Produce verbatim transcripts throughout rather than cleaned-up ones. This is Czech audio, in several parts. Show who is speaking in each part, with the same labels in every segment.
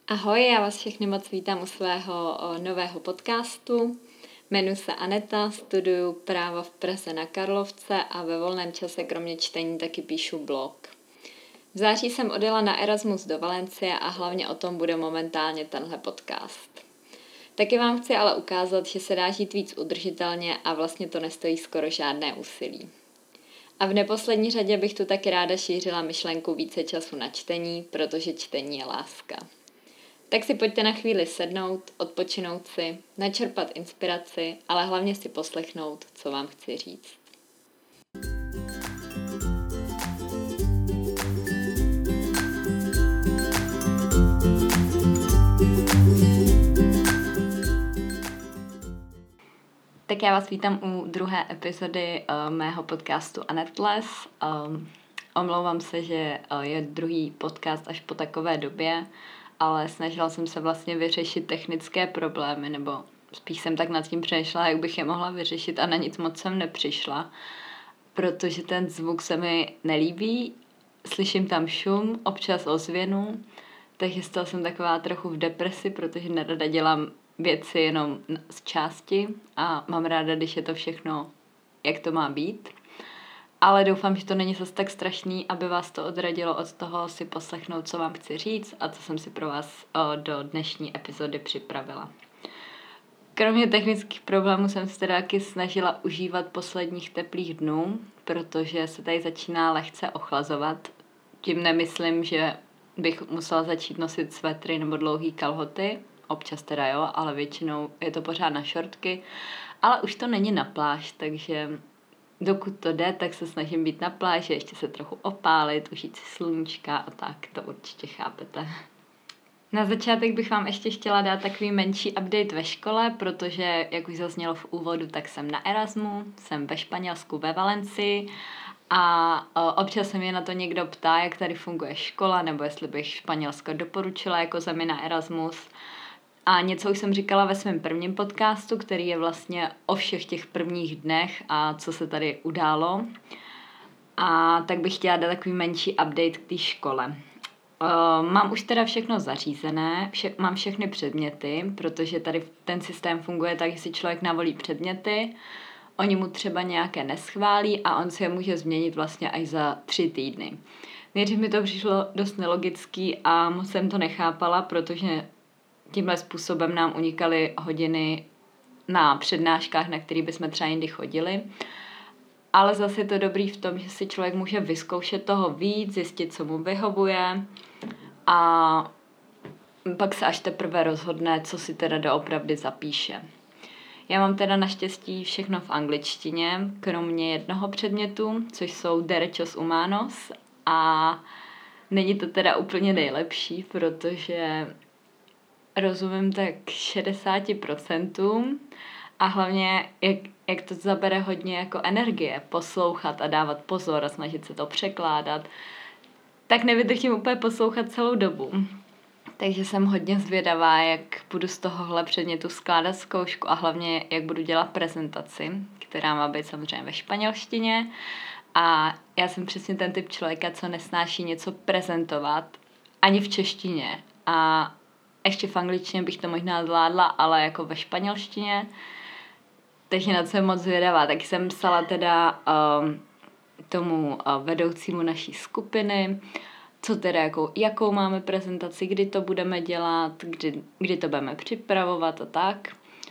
Speaker 1: Ahoj, já vás všechny moc vítám u svého o, nového podcastu. Jmenuji se Aneta, studuju právo v Praze na Karlovce a ve volném čase kromě čtení taky píšu blog. V září jsem odjela na Erasmus do Valencie a hlavně o tom bude momentálně tenhle podcast. Taky vám chci ale ukázat, že se dá žít víc udržitelně a vlastně to nestojí skoro žádné úsilí. A v neposlední řadě bych tu taky ráda šířila myšlenku více času na čtení, protože čtení je láska. Tak si pojďte na chvíli sednout, odpočinout si, načerpat inspiraci, ale hlavně si poslechnout, co vám chci říct. Tak já vás vítám u druhé epizody uh, mého podcastu Anetless. Um, omlouvám se, že uh, je druhý podcast až po takové době, ale snažila jsem se vlastně vyřešit technické problémy, nebo spíš jsem tak nad tím přemýšlela, jak bych je mohla vyřešit a na nic moc jsem nepřišla, protože ten zvuk se mi nelíbí, slyším tam šum, občas ozvěnu, takže z toho jsem taková trochu v depresi, protože nerada dělám věci jenom z části a mám ráda, když je to všechno, jak to má být. Ale doufám, že to není zase tak strašný, aby vás to odradilo od toho si poslechnout, co vám chci říct a co jsem si pro vás o, do dnešní epizody připravila. Kromě technických problémů jsem se teda taky snažila užívat posledních teplých dnů, protože se tady začíná lehce ochlazovat. Tím nemyslím, že bych musela začít nosit svetry nebo dlouhý kalhoty, občas teda jo, ale většinou je to pořád na šortky, ale už to není na pláž, takže dokud to jde, tak se snažím být na pláži, ještě se trochu opálit, užít si sluníčka a tak, to určitě chápete. Na začátek bych vám ještě chtěla dát takový menší update ve škole, protože, jak už zaznělo v úvodu, tak jsem na Erasmu, jsem ve Španělsku ve Valencii a občas se mě na to někdo ptá, jak tady funguje škola, nebo jestli bych Španělsko doporučila jako zemi na Erasmus. A něco už jsem říkala ve svém prvním podcastu, který je vlastně o všech těch prvních dnech a co se tady událo. A tak bych chtěla dát takový menší update k té škole. Uh, mám už teda všechno zařízené, vše, mám všechny předměty, protože tady ten systém funguje tak, že si člověk navolí předměty, oni mu třeba nějaké neschválí a on si je může změnit vlastně až za tři týdny. Nejdřív mi to přišlo dost nelogický a moc jsem to nechápala, protože tímhle způsobem nám unikaly hodiny na přednáškách, na které bychom třeba jindy chodili. Ale zase je to dobrý v tom, že si člověk může vyzkoušet toho víc, zjistit, co mu vyhovuje a pak se až teprve rozhodne, co si teda doopravdy zapíše. Já mám teda naštěstí všechno v angličtině, kromě jednoho předmětu, což jsou Derechos Humanos a není to teda úplně nejlepší, protože rozumím tak šedesát procent a hlavně, jak, jak to zabere hodně jako energie, poslouchat a dávat pozor a snažit se to překládat, tak nevydržím úplně poslouchat celou dobu. Takže jsem hodně zvědavá, jak budu z tohohle předmětu skládat zkoušku a hlavně, jak budu dělat prezentaci, která má být samozřejmě ve španělštině. A já jsem přesně ten typ člověka, co nesnáší něco prezentovat ani v češtině. A ještě v angličtině bych to možná zvládla, ale jako ve španělštině. Takže na co jsem moc zvědavá. Tak jsem psala teda um, tomu uh, vedoucímu naší skupiny, co teda, jakou, jakou máme prezentaci, kdy to budeme dělat, kdy, kdy to budeme připravovat a tak.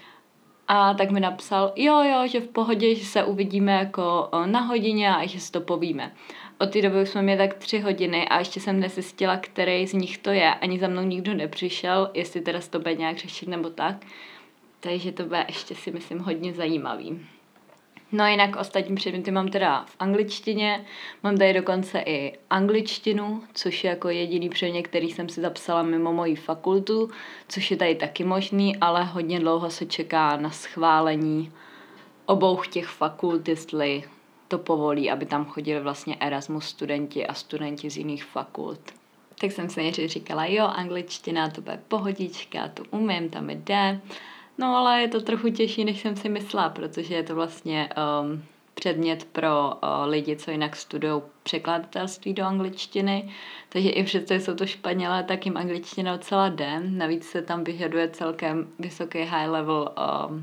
Speaker 1: A tak mi napsal, jo, jo, že v pohodě, že se uvidíme jako uh, na hodině a že si to povíme. Od té doby už jsme měli tak tři hodiny a ještě jsem nezjistila, který z nich to je. Ani za mnou nikdo nepřišel, jestli teda se to bude nějak řešit nebo tak. Takže to bude ještě si myslím hodně zajímavý. No jinak ostatní předměty mám teda v angličtině. Mám tady dokonce i angličtinu, což je jako jediný předmět, který jsem si zapsala mimo moji fakultu, což je tady taky možný, ale hodně dlouho se čeká na schválení obou těch fakult, jestli to povolí, aby tam chodili vlastně Erasmus studenti a studenti z jiných fakult. Tak jsem si nejdřív říkala, jo, angličtina, to bude pohodička, to umím, tam jde. No ale je to trochu těžší, než jsem si myslela, protože je to vlastně um, předmět pro uh, lidi, co jinak studují překladatelství do angličtiny, takže i přesto, jsou to Španělé, tak jim angličtina docela jde. Navíc se tam vyžaduje celkem vysoký high level um,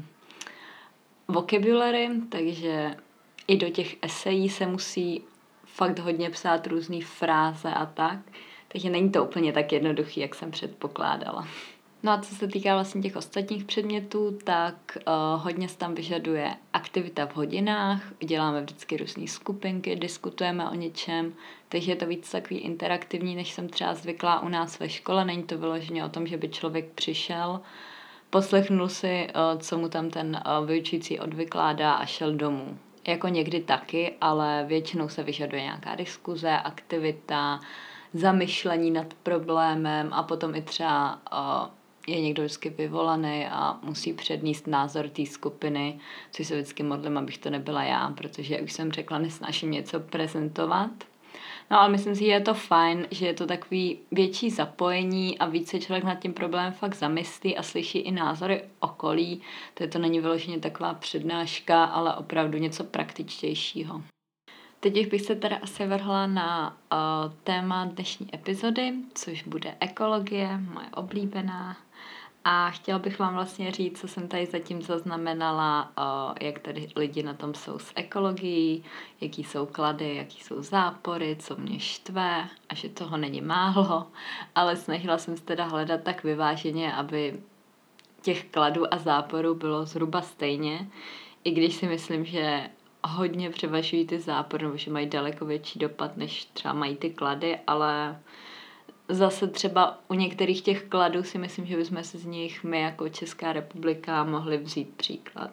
Speaker 1: vocabulary, takže i do těch esejí se musí fakt hodně psát různý fráze a tak, takže není to úplně tak jednoduchý, jak jsem předpokládala. No a co se týká vlastně těch ostatních předmětů, tak uh, hodně se tam vyžaduje aktivita v hodinách, děláme vždycky různé skupinky, diskutujeme o něčem, takže je to víc takový interaktivní, než jsem třeba zvyklá u nás ve škole. Není to vyloženě o tom, že by člověk přišel, poslechnul si, uh, co mu tam ten uh, vyučující odvykládá a šel domů. Jako někdy taky, ale většinou se vyžaduje nějaká diskuze, aktivita, zamyšlení nad problémem a potom i třeba uh, je někdo vždycky vyvolaný a musí přednést názor té skupiny, což se vždycky modlím, abych to nebyla já, protože, jak už jsem řekla, nesnáším něco prezentovat. No ale myslím si, že je to fajn, že je to takový větší zapojení a více člověk nad tím problémem fakt zamyslí a slyší i názory okolí. To, to není vyloženě taková přednáška, ale opravdu něco praktičtějšího. Teď bych se teda asi vrhla na uh, téma dnešní epizody, což bude ekologie, moje oblíbená. A chtěla bych vám vlastně říct, co jsem tady zatím zaznamenala, uh, jak tady lidi na tom jsou s ekologií, jaký jsou klady, jaký jsou zápory, co mě štve a že toho není málo, ale snažila jsem se teda hledat tak vyváženě, aby těch kladů a záporů bylo zhruba stejně, i když si myslím, že hodně převažují ty zápory, nebo že mají daleko větší dopad, než třeba mají ty klady, ale zase třeba u některých těch kladů si myslím, že bychom se z nich my jako Česká republika mohli vzít příklad.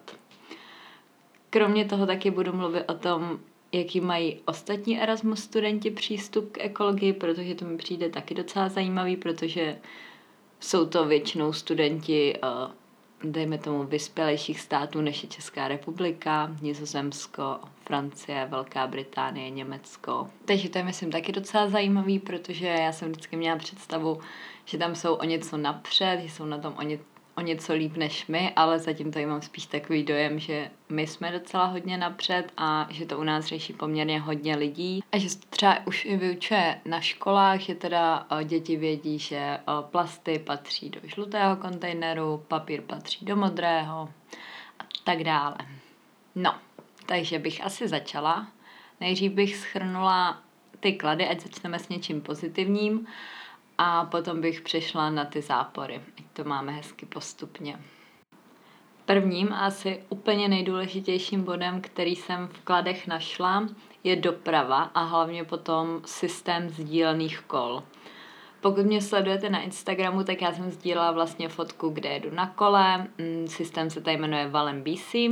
Speaker 1: Kromě toho taky budu mluvit o tom, jaký mají ostatní Erasmus studenti přístup k ekologii, protože to mi přijde taky docela zajímavý, protože jsou to většinou studenti dejme tomu vyspělejších států, než je Česká republika, Nizozemsko, Francie, Velká Británie, Německo. Takže to je, myslím, taky docela zajímavý, protože já jsem vždycky měla představu, že tam jsou o něco napřed, že jsou na tom o, ně, o něco líp než my, ale zatím tady mám spíš takový dojem, že my jsme docela hodně napřed a že to u nás řeší poměrně hodně lidí. A že se třeba už i vyučuje na školách, že teda děti vědí, že plasty patří do žlutého kontejneru, papír patří do modrého a tak dále. No, takže bych asi začala. Nejdřív bych shrnula ty klady, ať začneme s něčím pozitivním a potom bych přešla na ty zápory. Ať to máme hezky postupně. Prvním asi úplně nejdůležitějším bodem, který jsem v kladech našla, je doprava a hlavně potom systém sdílených kol. Pokud mě sledujete na Instagramu, tak já jsem sdílela vlastně fotku, kde jedu na kole. Systém se tady jmenuje Valem B C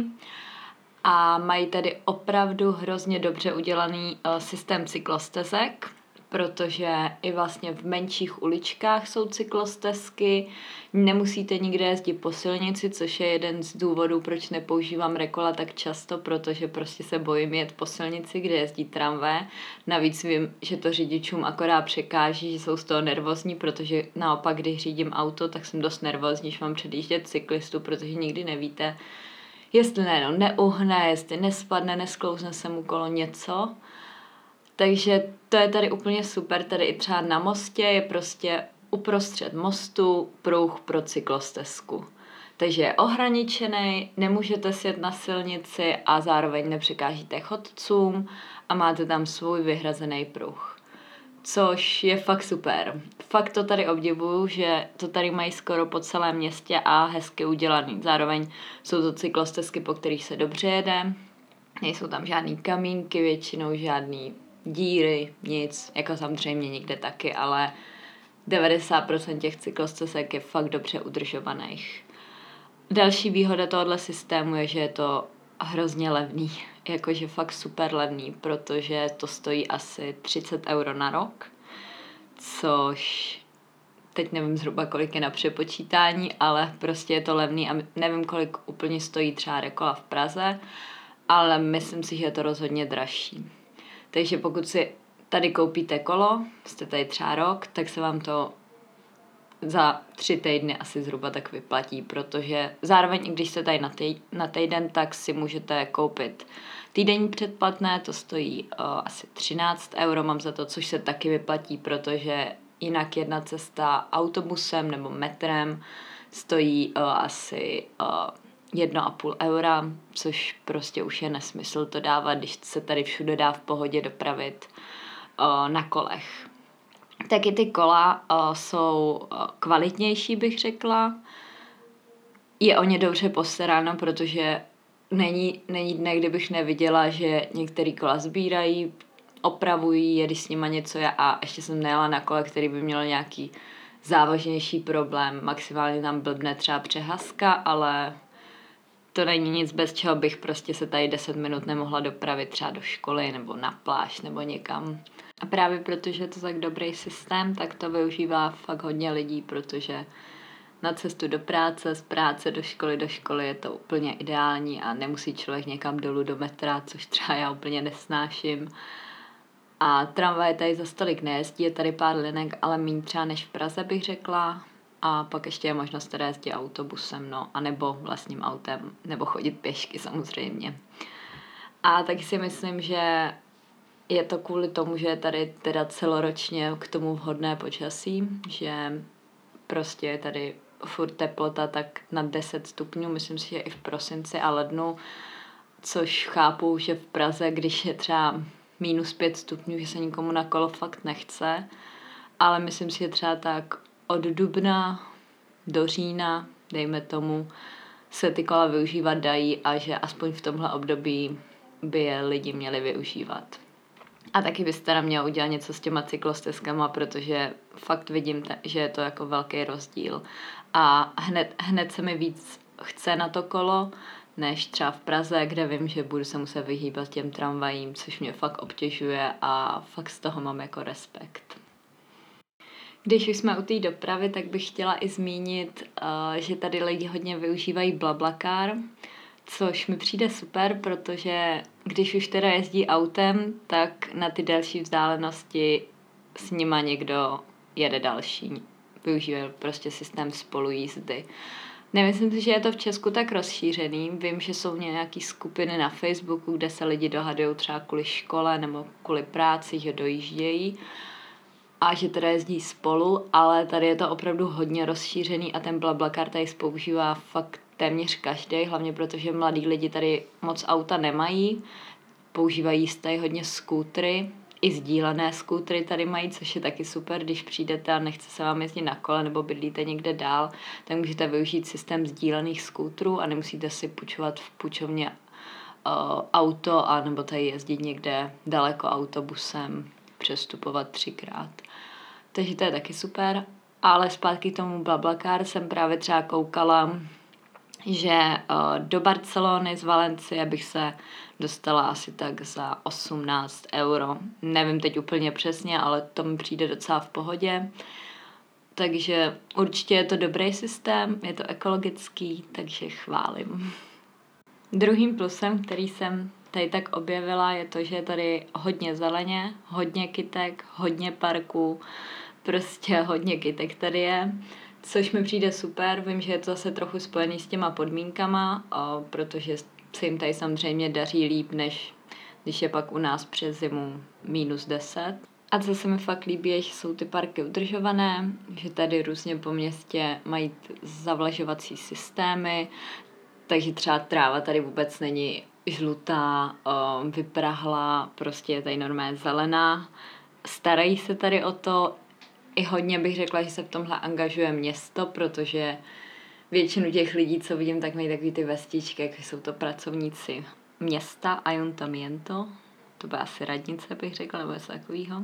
Speaker 1: a mají tady opravdu hrozně dobře udělaný systém cyklostezek, protože i vlastně v menších uličkách jsou cyklostezky, nemusíte nikde jezdit po silnici, což je jeden z důvodů, proč nepoužívám rekola tak často, protože prostě se bojím jet po silnici, kde jezdí tramvaj. Navíc vím, že to řidičům akorát překáží, že jsou z toho nervózní, protože naopak, když řídím auto, tak jsem dost nervózní, když mám předjíždět cyklistu, protože nikdy nevíte, jestli nejenom neuhne, jestli nespadne, nesklouzne se mu kolo něco. Takže to je tady úplně super, tady i třeba na mostě je prostě uprostřed mostu pruh pro cyklostezku. Takže je ohraničený, nemůžete sjet na silnici a zároveň nepřekážíte chodcům a máte tam svůj vyhrazený pruh. Což je fakt super. Fakt to tady obdivuju, že to tady mají skoro po celém městě a hezky udělaný. Zároveň jsou to cyklostezky, po kterých se dobře jede. Nejsou tam žádný kamínky, většinou žádný díry, nic, jako samozřejmě někde taky, ale devadesát procent těch cyklostezek je fakt dobře udržovaných. Další výhoda tohoto systému je, že je to hrozně levný, jakože fakt super levný, protože to stojí asi třicet euro na rok, což teď nevím zhruba kolik je na přepočítání, ale prostě je to levný a nevím kolik úplně stojí třeba rekola v Praze, ale myslím si, že je to rozhodně dražší. Takže pokud si tady koupíte kolo, jste tady třeba rok, tak se vám to za tři týdny asi zhruba tak vyplatí, protože zároveň, i když jste tady na, tý, na týden, tak si můžete koupit týdenní předplatné, to stojí uh, asi třináct euro, mám za to, což se taky vyplatí, protože jinak jedna cesta autobusem nebo metrem stojí uh, asi uh, jedno a půl eura, což prostě už je nesmysl to dávat, když se tady všude dá v pohodě dopravit uh, na kolech. Taky ty kola uh, jsou uh, kvalitnější, bych řekla. Je o ně dobře postaráno, protože není, není dne, kdybych neviděla, že některý kola sbírají, opravují je, když s nima něco je, a ještě jsem nejela na kole, který by měl nějaký závažnější problém. Maximálně tam blbne třeba přehaska, ale to není nic, bez čeho bych prostě se tady deset minut nemohla dopravit třeba do školy nebo na pláž nebo někam. A právě protože je to tak dobrý systém, tak to využívá fakt hodně lidí, protože na cestu do práce, z práce do školy, do školy je to úplně ideální a nemusí člověk někam dolů do metra, což třeba já úplně nesnáším. A tramvaj tady za stolik nejezdí, je tady pár linek, ale méně třeba než v Praze, bych řekla. A pak ještě je možnost teda jezdit autobusem, no, anebo vlastním autem, nebo chodit pěšky samozřejmě. A taky si myslím, že je to kvůli tomu, že je tady teda celoročně k tomu vhodné počasí, že prostě je tady furt teplota tak nad deset stupňů, myslím si, že i v prosinci a lednu, což chápu, že v Praze, když je třeba minus pět stupňů, že se nikomu na kolo fakt nechce, ale myslím si, že třeba tak od dubna do října, dejme tomu, se ty kola využívat dají a že aspoň v tomhle období by je lidi měli využívat. A taky byste teda měl udělat něco s těma cyklostezkama, protože fakt vidím, te, že je to jako velký rozdíl. A hned, hned se mi víc chce na to kolo, než třeba v Praze, kde vím, že budu se muset vyhýbat těm tramvajím, což mě fakt obtěžuje a fakt z toho mám jako respekt. Když už jsme u té dopravy, tak bych chtěla i zmínit, uh, že tady lidi hodně využívají BlaBlaCar, což mi přijde super, protože když už teda jezdí autem, tak na ty delší vzdálenosti s nima někdo jede další. Využívají prostě systém spolujízdy. Nemyslím si, že je to v Česku tak rozšířený. Vím, že jsou nějaké skupiny na Facebooku, kde se lidi dohadují třeba kvůli škole nebo kvůli práci, že dojíždějí a že teda jezdí spolu, ale tady je to opravdu hodně rozšířený a ten BlaBlaCar tady používá fakt téměř každý, hlavně protože mladí lidi tady moc auta nemají, používají tady hodně skútry, i sdílené skútry tady mají, což je taky super, když přijdete a nechce se vám jezdit na kole nebo bydlíte někde dál, tak můžete využít systém sdílených skútrů a nemusíte si půjčovat v půjčovně uh, auto a nebo tady jezdit někde daleko autobusem, přestupovat třikrát. Takže to je taky super, ale zpátky k tomu BlaBlaCar jsem právě třeba koukala, že uh, do Barcelony z Valencie bych se dostala asi tak za osmnáct euro. Nevím teď úplně přesně, ale to mi přijde docela v pohodě. Takže určitě je to dobrý systém, je to ekologický, takže chválím. Druhým plusem, který jsem tady tak objevila, je to, že je tady hodně zeleně, hodně kytek, hodně parků, prostě hodně kytek tady je. Což mi přijde super, vím, že je to zase trochu spojený s těma podmínkama, o, protože se jim tady samozřejmě daří líp, než když je pak u nás přes zimu minus deset. A co se mi fakt líbí, je, že jsou ty parky udržované, že tady různě po městě mají zavlažovací systémy, takže třeba tráva tady vůbec není žlutá, o, vyprahlá, prostě je tady normálně zelená. Starají se tady o to. I hodně bych řekla, že se v tomhle angažuje město, protože většinu těch lidí, co vidím, tak mají takový ty vestičky, jak jsou to pracovníci města, Ayuntamiento, to byla asi radnice, bych řekla, nebo něco takového.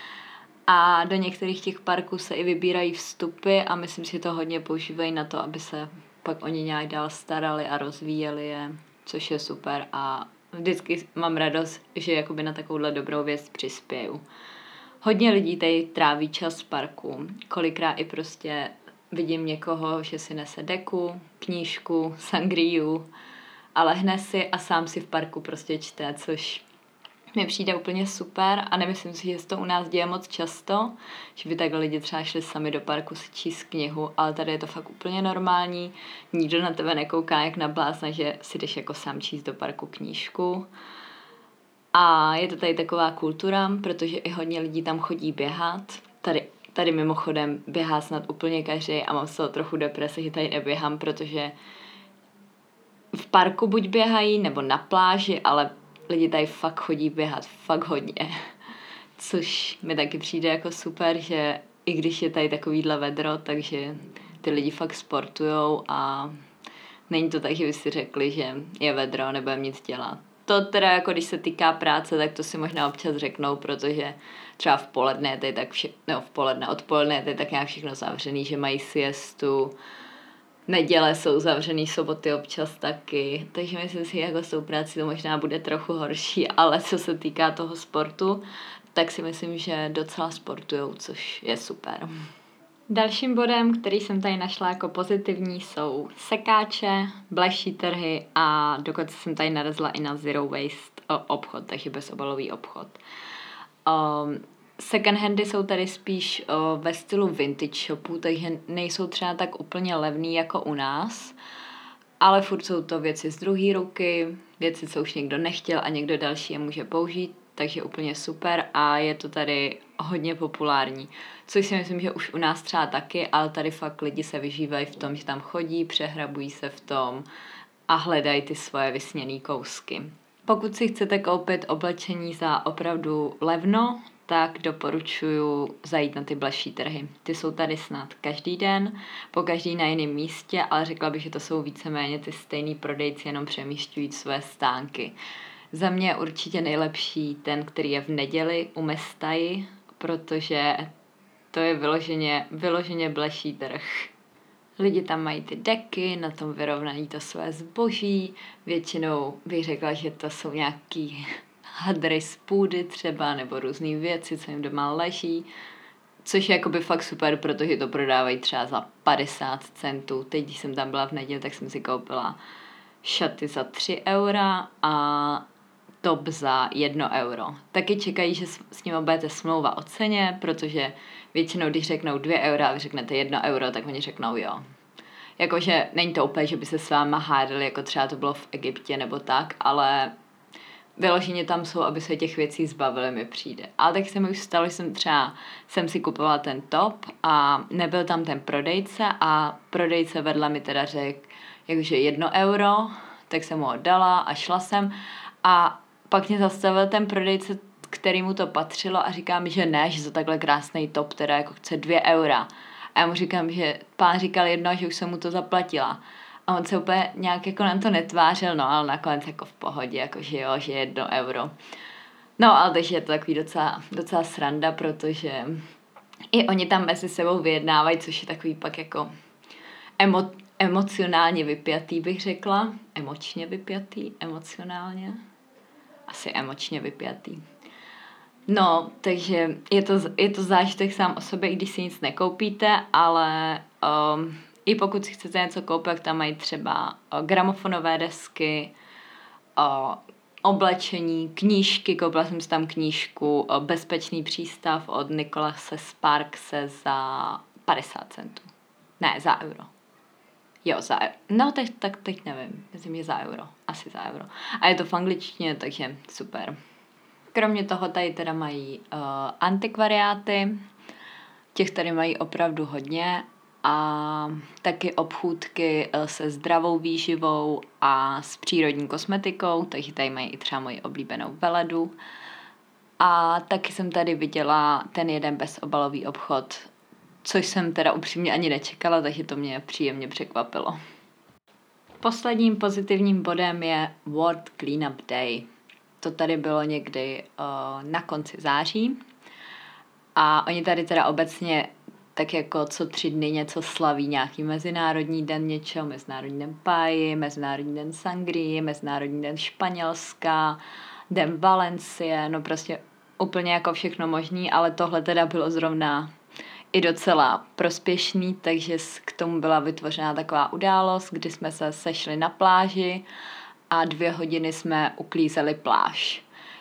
Speaker 1: A do některých těch parků se i vybírají vstupy a myslím si, že to hodně používají na to, aby se pak oni nějak dál starali a rozvíjeli je, což je super a vždycky mám radost, že jakoby na takovouhle dobrou věc přispěju. Hodně lidí tady tráví čas v parku, kolikrát i prostě vidím někoho, že si nese deku, knížku, sangriu a lehne si a sám si v parku prostě čte, což mi přijde úplně super a nemyslím si, že se to u nás děje moc často, že by takhle lidi třeba šli sami do parku si číst knihu, ale tady je to fakt úplně normální, nikdo na tebe nekouká jak na blázna, že si jdeš jako sám číst do parku knížku. A je to tady taková kultura, protože i hodně lidí tam chodí běhat. Tady, tady mimochodem běhá snad úplně každý a mám z toho trochu deprese, že tady neběhám, protože v parku buď běhají, nebo na pláži, ale lidi tady fakt chodí běhat, fakt hodně. Což mi taky přijde jako super, že i když je tady takovýhle vedro, takže ty lidi fakt sportujou a není to tak, že by si řekli, že je vedro, nebudeme nic dělat. To teda jako když se týká práce, tak to si možná občas řeknou, protože třeba v poledne je tady tak vše, no v poledne, odpoledne je tady tak nějak všechno zavřený, že mají siestu, neděle jsou zavřený, soboty občas taky, takže myslím si, jako s tou prací to možná bude trochu horší, ale co se týká toho sportu, tak si myslím, že docela sportujou, což je super. Dalším bodem, který jsem tady našla jako pozitivní, jsou sekáče, bleší trhy a dokonce jsem tady narazila i na zero waste obchod, takže bezobalový obchod. Um, second handy jsou tady spíš uh, ve stylu vintage shopů, takže nejsou třeba tak úplně levný jako u nás, ale furt jsou to věci z druhé ruky, věci, co už někdo nechtěl a někdo další je může použít, takže úplně super a je to tady hodně populární. Což si myslím, že už u nás třeba taky, ale tady fakt lidi se vyžívají v tom, že tam chodí, přehrabují se v tom a hledají ty svoje vysněné kousky. Pokud si chcete koupit oblečení za opravdu levno, tak doporučuji zajít na ty bleší trhy. Ty jsou tady snad každý den, po každý na jiném místě, ale řekla bych, že to jsou víceméně ty stejný prodejci, jenom přemísťují své stánky. Za mě je určitě nejlepší ten, který je v neděli u Mestaji, protože to je vyloženě, vyloženě bleší trh. Lidi tam mají ty deky, na tom vyrovnaní to své zboží, většinou bych řekla, že to jsou nějaký hadry z půdy třeba, nebo různé věci, co jim doma leží, což je jakoby fakt super, protože to prodávají třeba za padesát centů. Teď, když jsem tam byla v neděli, tak jsem si koupila šaty za tři eura a top za jedno euro. Taky čekají, že s ním budete smlouva o ceně, protože většinou, když řeknou dvě eura a vy řeknete jedno euro, tak oni řeknou jo. Jakože není to úplně, že by se s váma hádali, jako třeba to bylo v Egyptě nebo tak, ale vyloženě tam jsou, aby se těch věcí zbavili, mi přijde. Ale tak se mi už stalo, že jsem třeba jsem si kupovala ten top a nebyl tam ten prodejce a prodejce vedle mi teda řekl, jakože jedno euro, tak jsem mu ho dala a šla jsem a pak mě zastavil ten prodejce, který mu to patřilo a říká mi, že ne, že za takhle krásný top teda jako chce dvě eura. A já mu říkám, že pán říkal jedno, že už jsem mu to zaplatila. A on se úplně nějak jako na to netvářil, no ale nakonec jako v pohodě, jako že jo, že jedno euro. No ale takže je to takový docela, docela sranda, protože i oni tam mezi sebou vyjednávají, což je takový pak jako emo, emocionálně vypjatý, bych řekla. Emočně vypjatý, emocionálně. Asi emočně vypjatý. No, takže je to, je to zážitek sám o sobě, i když si nic nekoupíte, ale um, i pokud si chcete něco koupit, tak tam mají třeba uh, gramofonové desky, uh, oblečení, knížky, koupila jsem si tam knížku uh, Bezpečný přístav od Nikolase Sparkse za padesát centů. Ne, za euro. Jo, za euro. No, teď, tak teď nevím. Myslím, že za euro. Asi za euro. A je to v angličtině, takže super. Kromě toho tady teda mají uh, antikvariáty. Těch tady mají opravdu hodně. A taky obchůdky uh, se zdravou výživou a s přírodní kosmetikou. Takže tady mají i třeba moji oblíbenou Veledu. A taky jsem tady viděla ten jeden bezobalový obchod, což jsem teda upřímně ani nečekala, takže to mě příjemně překvapilo. Posledním pozitivním bodem je World Cleanup Day. To tady bylo někdy uh, na konci září a oni tady teda obecně tak jako co tři dny něco slaví, nějaký mezinárodní den něčeho, mezinárodní den páji, mezinárodní den sangrii, mezinárodní den Španělska, den Valencie, no prostě úplně jako všechno možný, ale tohle teda bylo zrovna i docela prospěšný, takže k tomu byla vytvořena taková událost, kdy jsme se sešli na pláži a dvě hodiny jsme uklízeli pláž.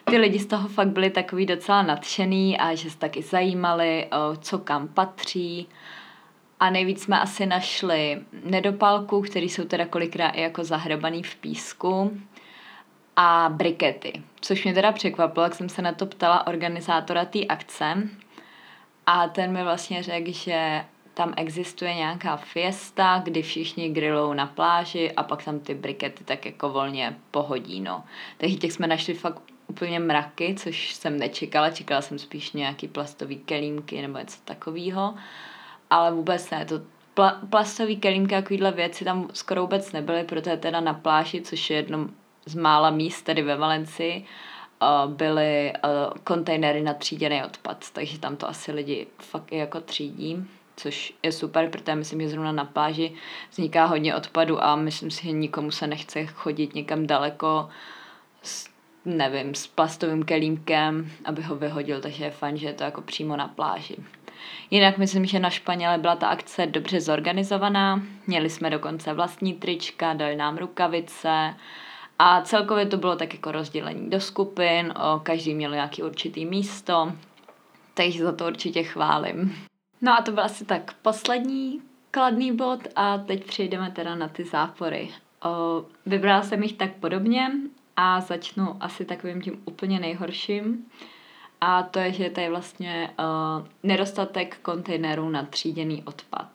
Speaker 1: ty lidi z toho fakt byli takový docela nadšený a že se taky zajímali, co kam patří. A nejvíc jsme asi našli nedopálku, který jsou teda kolikrát i jako zahrabaný v písku, a brikety, což mě teda překvapilo, jak jsem se na to ptala organizátora té akce a ten mi vlastně řekl, že tam existuje nějaká fiesta, kdy všichni grillou na pláži a pak tam ty brikety tak jako volně pohodí, no. Takže těch jsme našli fakt úplně mraky, což jsem nečekala, čekala jsem spíš nějaký plastový kelímky nebo něco takového, ale vůbec ne, to pla- plastový kelímky a takovýhle věci tam skoro vůbec nebyly, protože teda na pláži, což je jedno z mála míst tady ve Valencii, byly kontejnery na tříděný odpad, takže tam to asi lidi fakt jako třídí, což je super, protože myslím, že zrovna na pláži vzniká hodně odpadu a myslím si, že nikomu se nechce chodit někam daleko s, nevím, s plastovým kelímkem, aby ho vyhodil, takže je fajn, že je to jako přímo na pláži. Jinak myslím, že na Španěle byla ta akce dobře zorganizovaná, měli jsme dokonce vlastní trička, dali nám rukavice a celkově to bylo tak jako rozdělení do skupin, o, každý měl nějaký určitý místo, takže za to určitě chválím. No a to byl asi tak poslední kladný bod a teď přejdeme teda na ty zápory. O, vybrala jsem jich tak podobně a začnu asi takovým tím úplně nejhorším. A to je, že tady vlastně uh, nedostatek kontejnerů na tříděný odpad.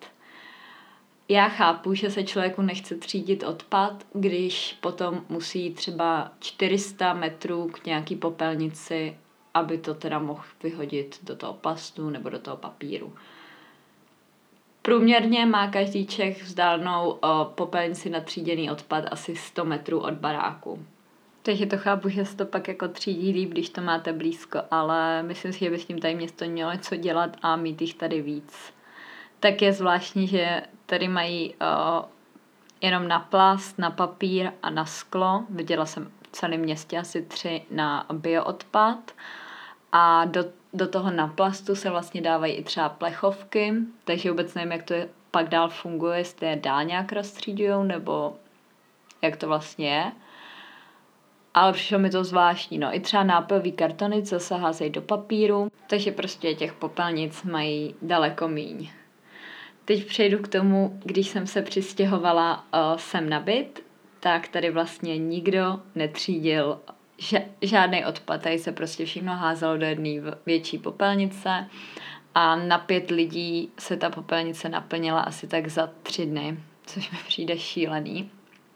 Speaker 1: Já chápu, že se člověku nechce třídit odpad, když potom musí třeba čtyři sta metrů k nějaký popelnici, aby to teda mohl vyhodit do toho plastu nebo do toho papíru. Průměrně má každý Čech vzdálenou uh, popelnici na tříděný odpad asi sto metrů od baráku. Takže to chápu, že se to pak jako třídí líp, když to máte blízko, ale myslím si, že by s tím tady město mělo něco dělat a mít jich tady víc. Tak je zvláštní, že tady mají uh, jenom na plast, na papír a na sklo. Viděla jsem v celém městě asi tři na bioodpad a do, do toho na plastu se vlastně dávají i třeba plechovky, takže vůbec nevím, jak to je, pak dál funguje, jestli je dál nějak rozstřídujou, nebo jak to vlastně je. Ale přišlo mi to zvláštní, no. I třeba nápojový kartony, co se házejí do papíru, takže prostě těch popelnic mají daleko míň. Teď přejdu k tomu, když jsem se přistěhovala uh, sem na byt, tak tady vlastně nikdo netřídil ža- žádný odpad, tady se prostě všechno házelo do jedné větší popelnice a na pět lidí se ta popelnice naplnila asi tak za tři dny, což mi přijde šílený.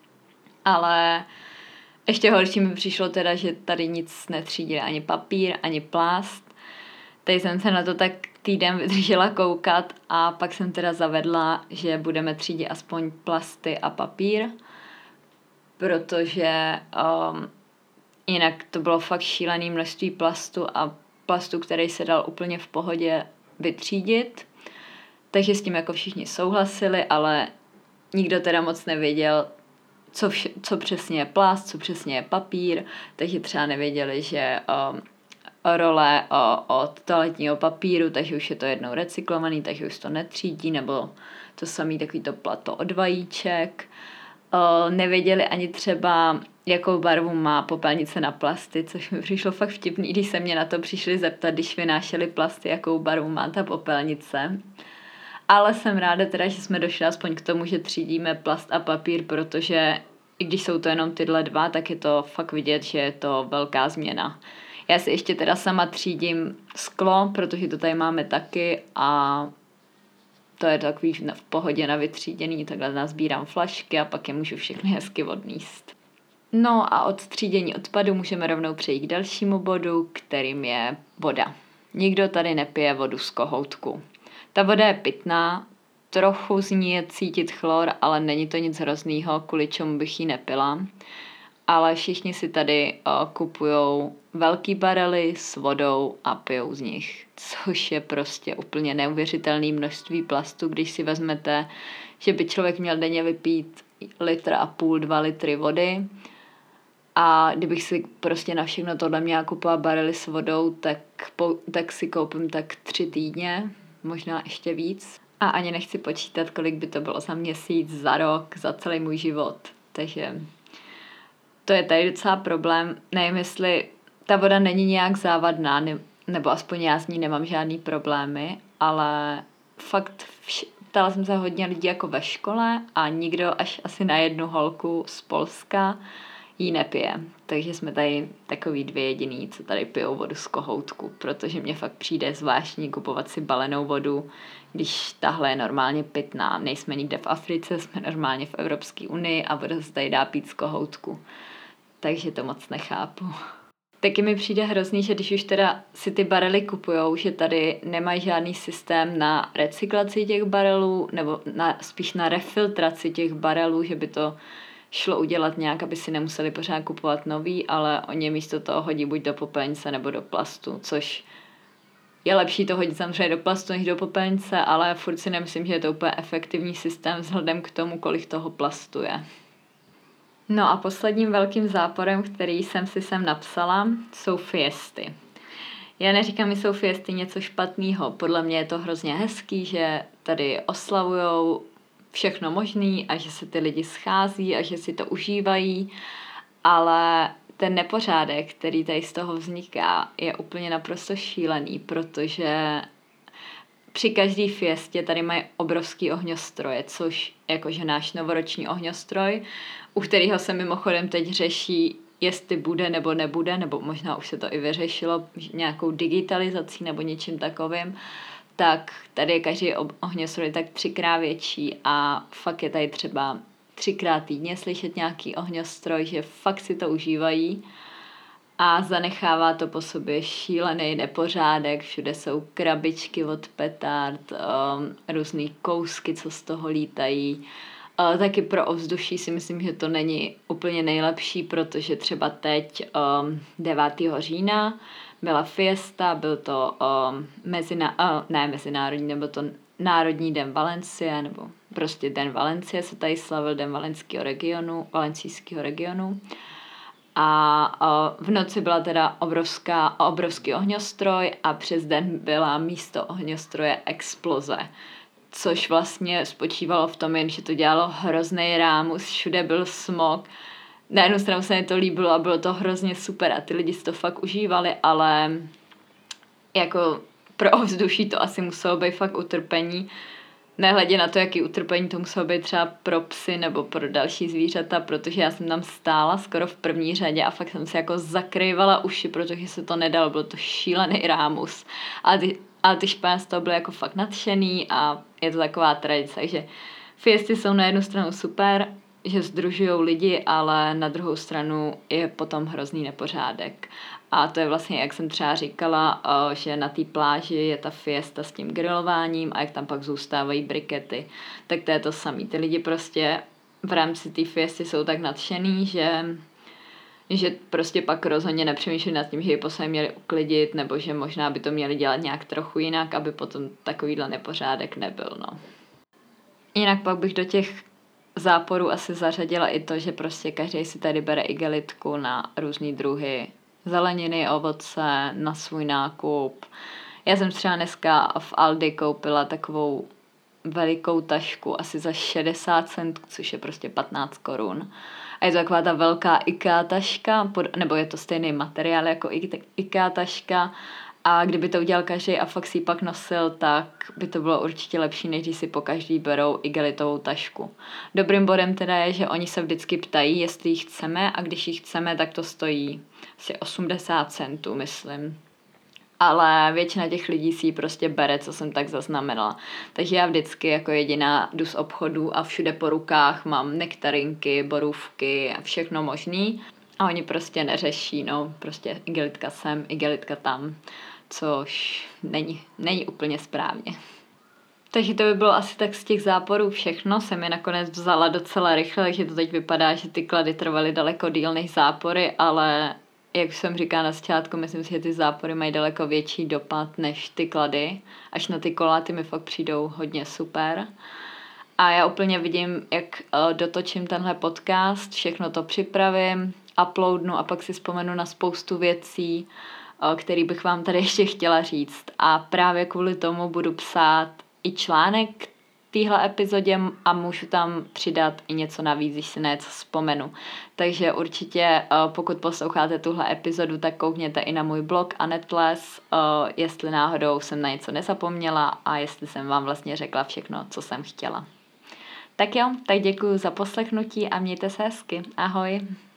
Speaker 1: Ale ještě horší mi přišlo teda, že tady nic netřídili, ani papír, ani plast. Tady jsem se na to tak týden vydržela koukat a pak jsem teda zavedla, že budeme třídit aspoň plasty a papír, protože um, jinak to bylo fakt šílené množství plastu a plastu, který se dal úplně v pohodě vytřídit. Takže s tím jako všichni souhlasili, ale nikdo teda moc nevěděl, Co, vše, co přesně je plast, co přesně je papír, takže třeba nevěděli, že um, role o, od toaletního papíru, takže už je to jednou recyklovaný, takže už to netřídí, nebo to samý takový to plato od vajíček. O, nevěděli ani třeba, jakou barvu má popelnice na plasty, což mi přišlo fakt vtipný, když se mě na to přišli zeptat, když vynášeli plasty, jakou barvu má ta popelnice. Ale jsem ráda teda, že jsme došli aspoň k tomu, že třídíme plast a papír, protože i když jsou to jenom tyhle dva, tak je to fakt vidět, že je to velká změna. Já si ještě teda sama třídím sklo, protože to tady máme taky a to je takový v pohodě na vytříděný, takhle nazbírám flašky a pak je můžu všechny hezky odníst. No a od třídění odpadu můžeme rovnou přejít k dalšímu bodu, kterým je voda. Nikdo tady nepije vodu z kohoutku. Ta voda je pitná, trochu z ní je cítit chlor, ale není to nic hroznýho, kvůli čemu bych ji nepila. Ale všichni si tady o, kupujou velký barely s vodou a pijou z nich, což je prostě úplně neuvěřitelné množství plastu, když si vezmete, že by člověk měl denně vypít litr a půl, dva litry vody. A kdybych si prostě na všechno tohle měla kupovat barely s vodou, tak, po, tak si koupím tak tři týdně, možná ještě víc. A ani nechci počítat, kolik by to bylo za měsíc, za rok, za celý můj život. Takže to je tady docela problém. Nevím, jestli ta voda není nějak závadná, ne, nebo aspoň já s ní nemám žádný problémy, ale fakt vš- ptala jsem se hodně lidí jako ve škole a nikdo až asi na jednu holku z Polska jí nepije. Takže jsme tady takový dvě jediný, co tady pijou vodu z kohoutku, protože mně fakt přijde zvláštní kupovat si balenou vodu, když tahle je normálně pitná. Nejsme nikde v Africe, jsme normálně v Evropské unii a voda se tady dá pít z kohoutku. Takže to moc nechápu. Taky mi přijde hrozný, že když už teda si ty barely kupujou, že tady nemají žádný systém na recyklaci těch barelů, nebo na, spíš na refiltraci těch barelů, že by to šlo udělat nějak, aby si nemuseli pořád kupovat nový, ale oni místo toho hodí buď do popelnice nebo do plastu, což je lepší to hodit samozřejmě do plastu než do popelnice, ale furt si nemyslím, že je to úplně efektivní systém vzhledem k tomu, kolik toho plastu je. No a posledním velkým záporem, který jsem si sem napsala, jsou fiesty. Já neříkám, že jsou fiesty něco špatného. Podle mě je to hrozně hezký, že tady oslavujou všechno možný a že se ty lidi schází a že si to užívají, ale ten nepořádek, který tady z toho vzniká, je úplně naprosto šílený, protože při každé fiestě tady mají obrovský ohňostroje, což jakože náš novoroční ohňostroj, u kterého se mimochodem teď řeší, jestli bude nebo nebude, nebo možná už se to i vyřešilo nějakou digitalizací nebo něčím takovým, tak tady je každý ohňostroj tak třikrát větší a fakt je tady třeba třikrát týdně slyšet nějaký ohňostroj, že fakt si to užívají a zanechává to po sobě šílený nepořádek, všude jsou krabičky od petard, um, různý kousky, co z toho lítají. Uh, taky pro ovzduší si myslím, že to není úplně nejlepší, protože třeba teď um, devátého října byla fiesta, byl to um, mezina, uh, ne mezinárodní, nebo to Národní den Valencie, nebo prostě den Valencie se tady slavil, den valenského regionu, valencijského regionu. A uh, v noci byla teda obrovská, obrovský ohňostroj a přes den byla místo ohňostroje exploze. Což vlastně spočívalo v tom jen, že to dělalo hrozný rámus, všude byl smog. Na jednu stranu se mi to líbilo a bylo to hrozně super a ty lidi si to fakt užívali, ale jako pro ovzduší to asi muselo být fakt utrpení. Nehledě na to, jaký utrpení to muselo být třeba pro psy nebo pro další zvířata, protože já jsem tam stála skoro v první řadě a fakt jsem si jako zakrývala uši, protože se to nedalo, byl to šílený rámus. Ale ty, ale ty Španělé z toho byly jako fakt nadšený a je to taková tradice, takže fiesty jsou na jednu stranu super, že sdružujou lidi, ale na druhou stranu je potom hrozný nepořádek. A to je vlastně, jak jsem třeba říkala, že na té pláži je ta fiesta s tím grilováním a jak tam pak zůstávají brikety, tak to je to samé. Ty lidi prostě v rámci té fiesty jsou tak nadšený, že, že prostě pak rozhodně nepřemýšlí nad tím, že ji po sobě měli uklidit, nebo že možná by to měli dělat nějak trochu jinak, aby potom takovýhle nepořádek nebyl. No. Jinak pak bych do těch záporů asi zařadila i to, že prostě každý si tady bere igelitku na různý druhy zeleniny, ovoce, na svůj nákup. Já jsem třeba dneska v Aldi koupila takovou velikou tašku asi za šedesát centů, což je prostě patnáct korun. A je to taková ta velká IKEA taška, nebo je to stejný materiál jako IKEA taška. A kdyby to udělal každý a fakt si ji pak nosil, tak by to bylo určitě lepší, než když si po každý berou igelitovou tašku. Dobrým bodem teda je, že oni se vždycky ptají, jestli ji chceme a když ji chceme, tak to stojí asi osmdesát centů, myslím. Ale většina těch lidí si ji prostě bere, co jsem tak zaznamenala. Takže já vždycky jako jediná jdu z obchodu a všude po rukách mám nektarinky, borůvky a všechno možný. A oni prostě neřeší, no, prostě igelitka sem, igelitka tam, což není, není úplně správně. Takže to by bylo asi tak z těch záporů všechno. Jsem je nakonec vzala docela rychle, takže to teď vypadá, že ty klady trvaly daleko díl než zápory, ale jak jsem říkala na začátku, myslím si, že ty zápory mají daleko větší dopad než ty klady. Až na ty kola, ty mi fakt přijdou hodně super. A já úplně vidím, jak dotočím tenhle podcast, všechno to připravím, uploadnu a pak si vzpomenu na spoustu věcí, který bych vám tady ještě chtěla říct. A právě kvůli tomu budu psát i článek, téhle epizodě a můžu tam přidat i něco navíc, když si na něco vzpomenu. Takže určitě, pokud posloucháte tuhle epizodu, tak koukněte i na můj blog Anetles, jestli náhodou jsem na něco nezapomněla a jestli jsem vám vlastně řekla všechno, co jsem chtěla. Tak jo, tak děkuji za poslechnutí a mějte se hezky. Ahoj.